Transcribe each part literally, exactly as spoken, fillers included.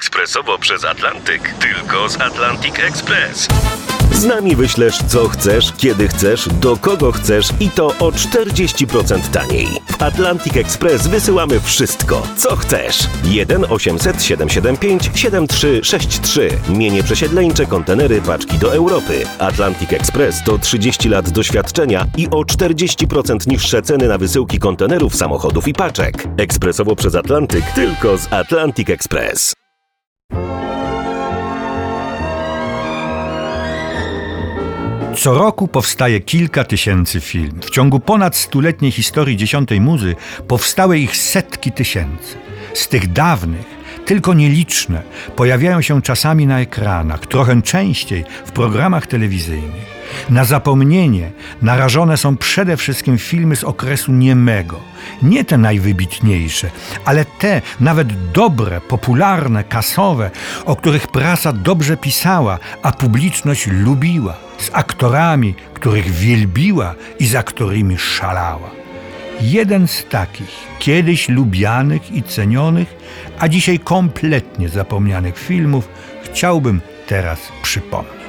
ekspresowo przez Atlantyk. Tylko z Atlantic Express. Z nami wyślesz co chcesz, kiedy chcesz, do kogo chcesz i to o czterdzieści procent taniej. W Atlantic Express wysyłamy wszystko, co chcesz. jeden osiemset siedemset siedemdziesiąt pięć siedemdziesiąt trzy sześćdziesiąt trzy. Mienie przesiedleńcze, kontenery, paczki do Europy. Atlantic Express to trzydzieści lat doświadczenia i o czterdzieści procent niższe ceny na wysyłki kontenerów, samochodów i paczek. Ekspresowo przez Atlantyk, tylko z Atlantic Express. Co roku powstaje kilka tysięcy filmów. W ciągu ponad stuletniej historii dziesiątej muzy powstały ich setki tysięcy. Z tych dawnych tylko nieliczne pojawiają się czasami na ekranach, trochę częściej w programach telewizyjnych. Na zapomnienie narażone są przede wszystkim filmy z okresu niemego. Nie te najwybitniejsze, ale te nawet dobre, popularne, kasowe, o których prasa dobrze pisała, a publiczność lubiła. Z aktorami, których wielbiła i za którymi szalała. Jeden z takich, kiedyś lubianych i cenionych, a dzisiaj kompletnie zapomnianych filmów chciałbym teraz przypomnieć.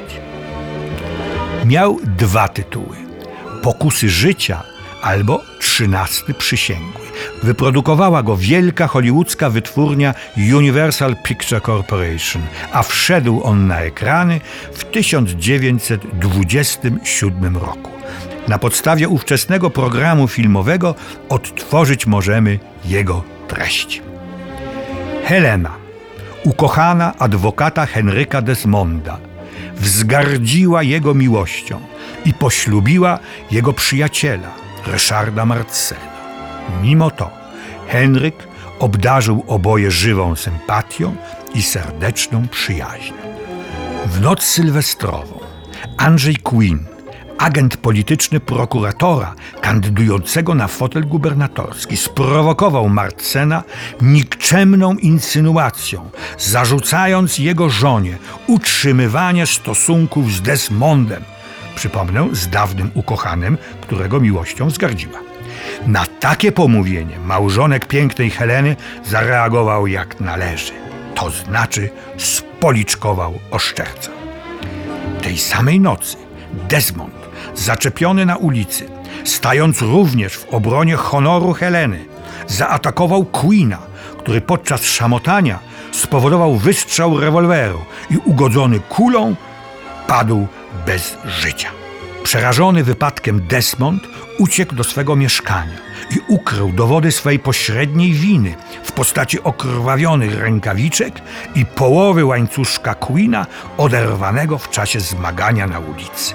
Miał dwa tytuły. Pokusy życia albo Trzynasty przysięgły. Wyprodukowała go wielka hollywoodzka wytwórnia Universal Picture Corporation, a wszedł on na ekrany w tysiąc dziewięćset dwudziestym siódmym roku. Na podstawie ówczesnego programu filmowego odtworzyć możemy jego treść. Helena, ukochana adwokata Henryka Desmonda, wzgardziła jego miłością i poślubiła jego przyjaciela, Ryszarda Marcena. Mimo to Henryk obdarzył oboje żywą sympatią i serdeczną przyjaźnią. W noc sylwestrową Andrzej Quinn, agent polityczny prokuratora kandydującego na fotel gubernatorski, sprowokował Marcena nikczemną insynuacją, zarzucając jego żonie utrzymywanie stosunków z Desmondem, przypomnę, z dawnym ukochanym, którego miłością zgardziła. Na takie pomówienie małżonek pięknej Heleny zareagował jak należy, to znaczy spoliczkował oszczerca. Tej samej nocy Desmond, zaczepiony na ulicy, stając również w obronie honoru Heleny, zaatakował Quina, który podczas szamotania spowodował wystrzał rewolweru i ugodzony kulą padł bez życia. Przerażony wypadkiem Desmond uciekł do swego mieszkania i ukrył dowody swej pośredniej winy w postaci okrwawionych rękawiczek i połowy łańcuszka Quina oderwanego w czasie zmagania na ulicy.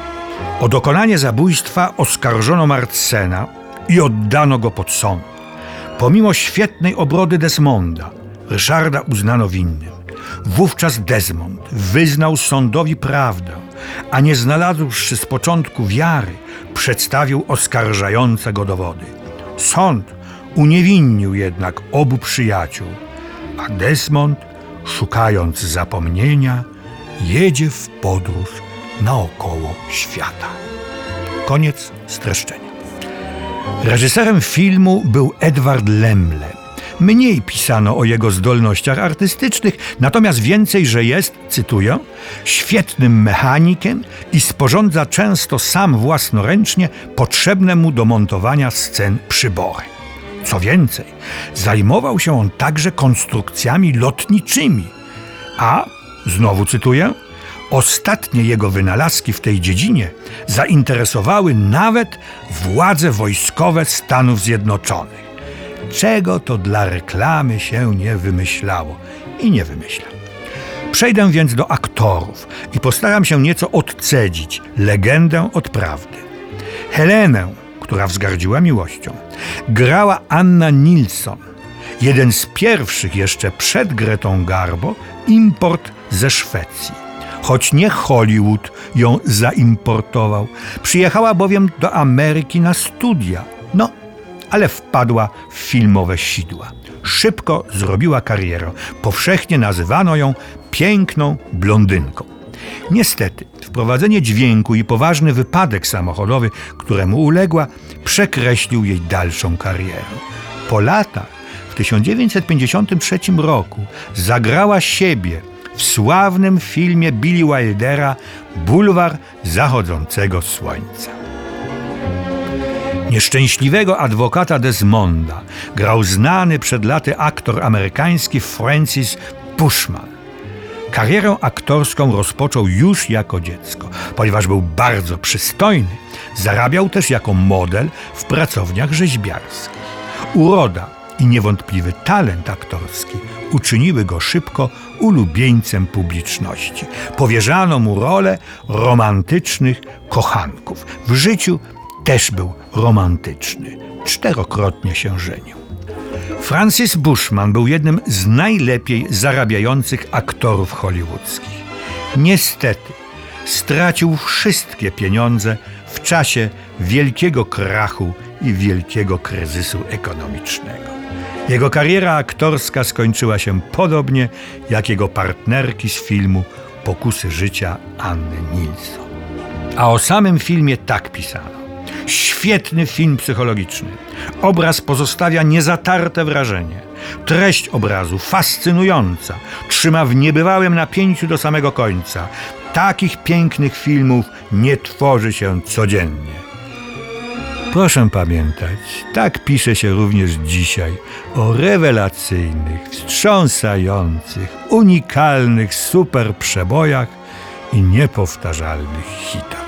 O dokonanie zabójstwa oskarżono Marcena i oddano go pod sąd. Pomimo świetnej obrony Desmonda, Ryszarda uznano winnym. Wówczas Desmond wyznał sądowi prawdę, a nie znalazłszy z początku wiary, przedstawił oskarżające go dowody. Sąd uniewinnił jednak obu przyjaciół, a Desmond, szukając zapomnienia, jedzie w podróż naokoło świata. Koniec streszczenia. Reżyserem filmu był Edward Laemmle. Mniej pisano o jego zdolnościach artystycznych, natomiast więcej, że jest, cytuję, świetnym mechanikiem i sporządza często sam własnoręcznie potrzebne mu do montowania scen przybory. Co więcej, zajmował się on także konstrukcjami lotniczymi, a, znowu cytuję, ostatnie jego wynalazki w tej dziedzinie zainteresowały nawet władze wojskowe Stanów Zjednoczonych. Czego to dla reklamy się nie wymyślało i nie wymyśla. Przejdę więc do aktorów i postaram się nieco odcedzić legendę od prawdy. Helenę, która wzgardziła miłością, grała Anna Nilsson, jeden z pierwszych jeszcze przed Gretą Garbo import ze Szwecji. Choć nie Hollywood ją zaimportował, przyjechała bowiem do Ameryki na studia. No, ale wpadła w filmowe sidła. Szybko zrobiła karierę. Powszechnie nazywano ją piękną blondynką. Niestety, wprowadzenie dźwięku i poważny wypadek samochodowy, któremu uległa, przekreślił jej dalszą karierę. Po latach w tysiąc dziewięćset pięćdziesiątym trzecim roku zagrała siebie w sławnym filmie Billy Wildera Bulwar zachodzącego słońca. Nieszczęśliwego adwokata Desmonda grał znany przed laty aktor amerykański Francis Bushman. Karierę aktorską rozpoczął już jako dziecko. Ponieważ był bardzo przystojny, zarabiał też jako model w pracowniach rzeźbiarskich. Uroda i niewątpliwy talent aktorski uczyniły go szybko ulubieńcem publiczności. Powierzano mu rolę romantycznych kochanków. W życiu też był romantyczny. Czterokrotnie się żenił. Francis Bushman był jednym z najlepiej zarabiających aktorów hollywoodzkich. Niestety stracił wszystkie pieniądze w czasie wielkiego krachu i wielkiego kryzysu ekonomicznego. Jego kariera aktorska skończyła się podobnie jak jego partnerki z filmu Pokusy życia Anny Nilsson. A o samym filmie tak pisano. Świetny film psychologiczny. Obraz pozostawia niezatarte wrażenie. Treść obrazu fascynująca. Trzyma w niebywałym napięciu do samego końca. Takich pięknych filmów nie tworzy się codziennie. Proszę pamiętać, tak pisze się również dzisiaj o rewelacyjnych, wstrząsających, unikalnych super przebojach i niepowtarzalnych hitach.